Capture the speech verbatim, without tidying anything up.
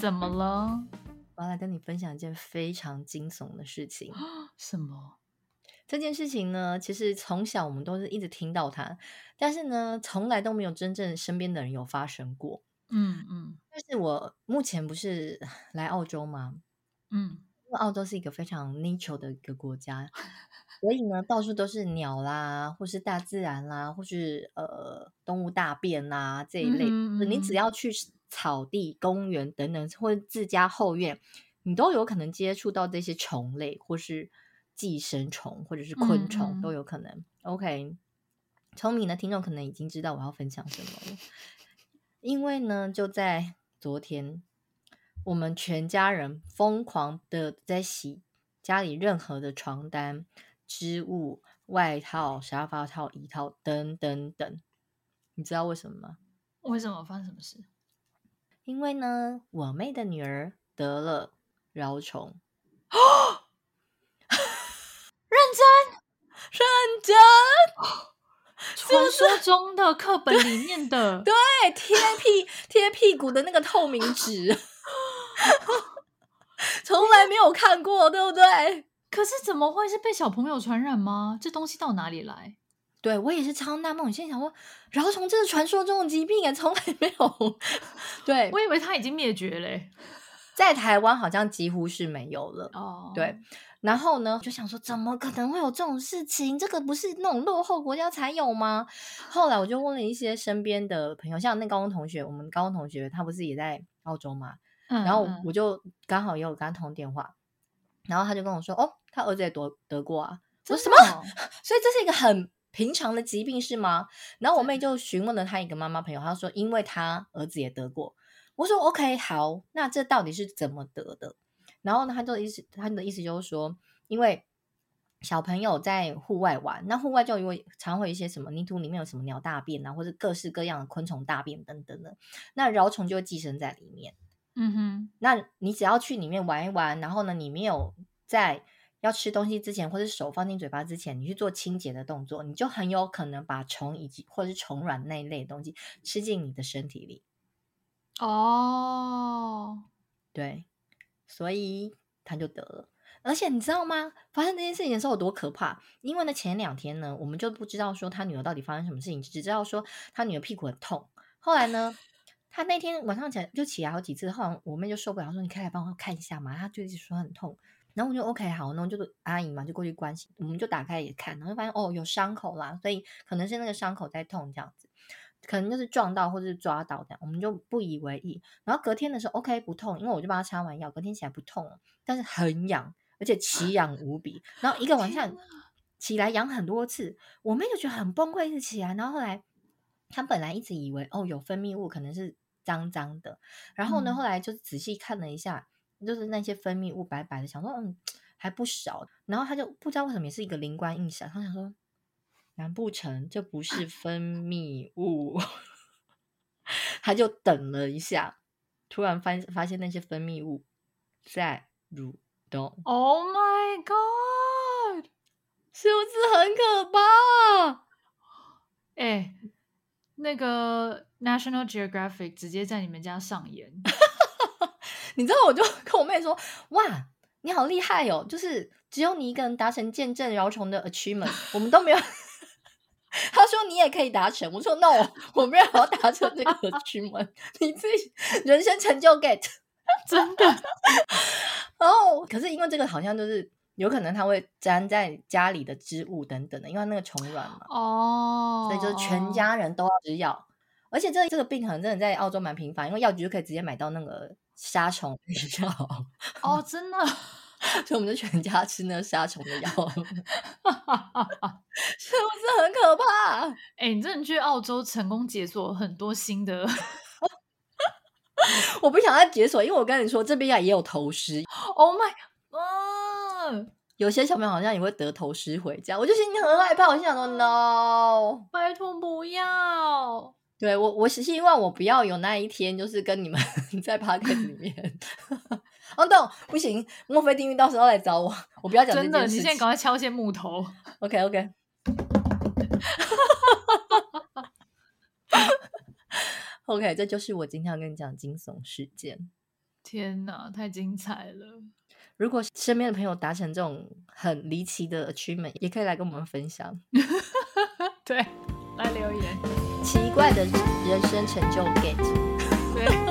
怎么了？ 我要来跟你分享一件非常惊悚的事情。 什么？ 这件事情呢，其实从小我们都是一直听到它，但是呢，从来都没有真正身边的人有发生过。 嗯嗯但是我目前不是来澳洲吗？ 嗯， 因为澳洲是一个非常 nature 的一个国家，所以呢，到处都是鸟啦，或是大自然啦，或是呃动物大便啦这一嗯类。 哼嗯哼， 你只要去草地、公园等等，或者自家后院，你都有可能接触到这些虫类，或是寄生虫，或者是昆虫、 嗯嗯都有可能。OK，聪明的听众可能已经知道我要分享什么了，因为呢，就在昨天，我们全家人疯狂的在洗家里任何的床单、织物、外套、沙发套、椅套等等等。你知道为什么吗？ 为什么发生什么事？ 因为呢，我妹的女儿得了蛲虫。 认真？ 认真？ 传说中的课本里面的， 对，贴屁贴屁股的那个透明纸，从来没有看过，对不对？ 可是怎么会是被小朋友传染吗？这东西到哪里来？ 对，我也是超纳闷，我心里想说，蛲虫这是传说中的疾病耶，从来没有。对， 我以为它已经灭绝嘞。 在台湾好像几乎是没有了。 哦， 对，然后呢，就想说，怎么可能会有这种事情？这个不是那种落后国家才有吗？后来我就问了一些身边的朋友，像那高中同学，我们高中同学他不是也在澳洲嘛， 嗯然后嗯我就刚好也有跟他通电话，然后他就跟我说，哦，他儿子也得得过啊。我说什么？ 真的哦所以这是一个很平常的疾病是吗？然后我妹就询问了她一个妈妈朋友，她说因为她儿子也得过。我说 OK 好，那这到底是怎么得的？然后呢，他就意思他的意思就是说，因为小朋友在户外玩，那户外就会常会有一些什么泥土里面有什么鸟大便啊，或者各式各样的昆虫大便等等的，那蛲虫就会寄生在里面。 嗯哼， 那你只要去里面玩一玩，然后呢，你没有在要吃东西之前，或者手放进嘴巴之前，你去做清洁的动作，你就很有可能把虫以及或者是虫卵那一类的东西吃进你的身体里。 哦， 对，所以他就得了。而且你知道吗？发生这件事情的时候有多可怕？因为呢，前两天呢，我们就不知道说他女儿到底发生什么事情，只知道说他女儿屁股很痛。后来呢，他那天晚上起来就起来好几次，后来我妹就受不了，说：“你可以来帮我看一下嘛。”他就一直说很痛，然后我就 OK 好，然后就阿姨嘛就过去关心，我们就打开也看，然后就发现哦有伤口啦，所以可能是那个伤口在痛这样子。可能就是撞到或是抓到这样，我们就不以为意。然后隔天的时候 OK 不痛，因为我就帮他擦完药，隔天起来不痛了，但是很痒，而且奇痒无比。然后一个晚上起来痒很多次，我妹就觉得很崩溃，一直起来。然后后来她本来一直以为哦有分泌物可能是脏脏的，然后呢、 嗯后来就仔细看了一下，就是那些分泌物白白的，想说嗯还不少。然后她就不知道为什么也是一个灵光一闪，她想说。难不成这不是分泌物？他就等了一下，突然发发现那些分泌物在蠕动， ，Oh my god！ 是不是很可怕？ 哎，那个 National Geographic 直接在你们家上演。 你知道，我就跟我妹说：“哇，你好厉害哦！就是只有你一个人达成见证蛲虫的 achievement，我们都没有。”他说你也可以达成，我说 no， 我没有要达成这个 achievement，你自己人生成就 get。 真的。 然后可是因为这个好像就是有可能它会粘在家里的织物等等的，因为它那个虫卵嘛， 哦， 所以就是全家人都要吃药。而且这这个病可能真的在澳洲蛮频繁，因为药局就可以直接买到那个杀虫的药， 哦，真的。 所以我们就全家吃那个杀虫的药，是不是很可怕？ 哎、欸，你真的去澳洲成功解锁很多新的。 我不想再解锁，因为我跟你说这边也有头虱。 Oh my， 嗯， 有些小朋友好像也会得头虱回家，我就心里很害怕。我心想说 no， 拜托不要。 对我，我是希望我不要有那一天，就是跟你们在 podcast 里面。哦，对，不行，墨菲定律到时候来找我，我不要讲这件事情。 真的，你现在赶快敲一些木头。 OK OK 。OK， 这就是我今天要跟你讲的惊悚事件。 天哪，太精彩了！ 如果身边的朋友达成这种很离奇的 achievement， 也可以来跟我们分享。 对，来留言。 奇怪的人生成就 get。 对。